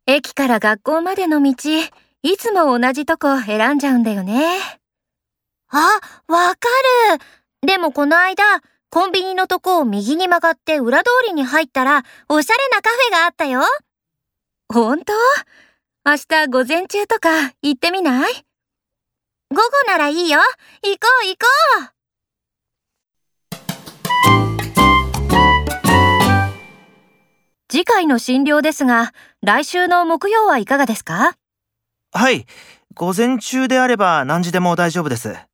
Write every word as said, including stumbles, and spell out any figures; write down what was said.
駅から学校までの道、いつも同じとこ選んじゃうんだよね。あ、わかる。でもこの間、コンビニのとこを右に曲がって裏通りに入ったら、おしゃれなカフェがあったよ。ほんと？明日午前中とか行ってみない？午後ならいいよ。行こう行こう。次回の診療ですが、来週の木曜はいかがですか？ はい。午前中であれば何時でも大丈夫です。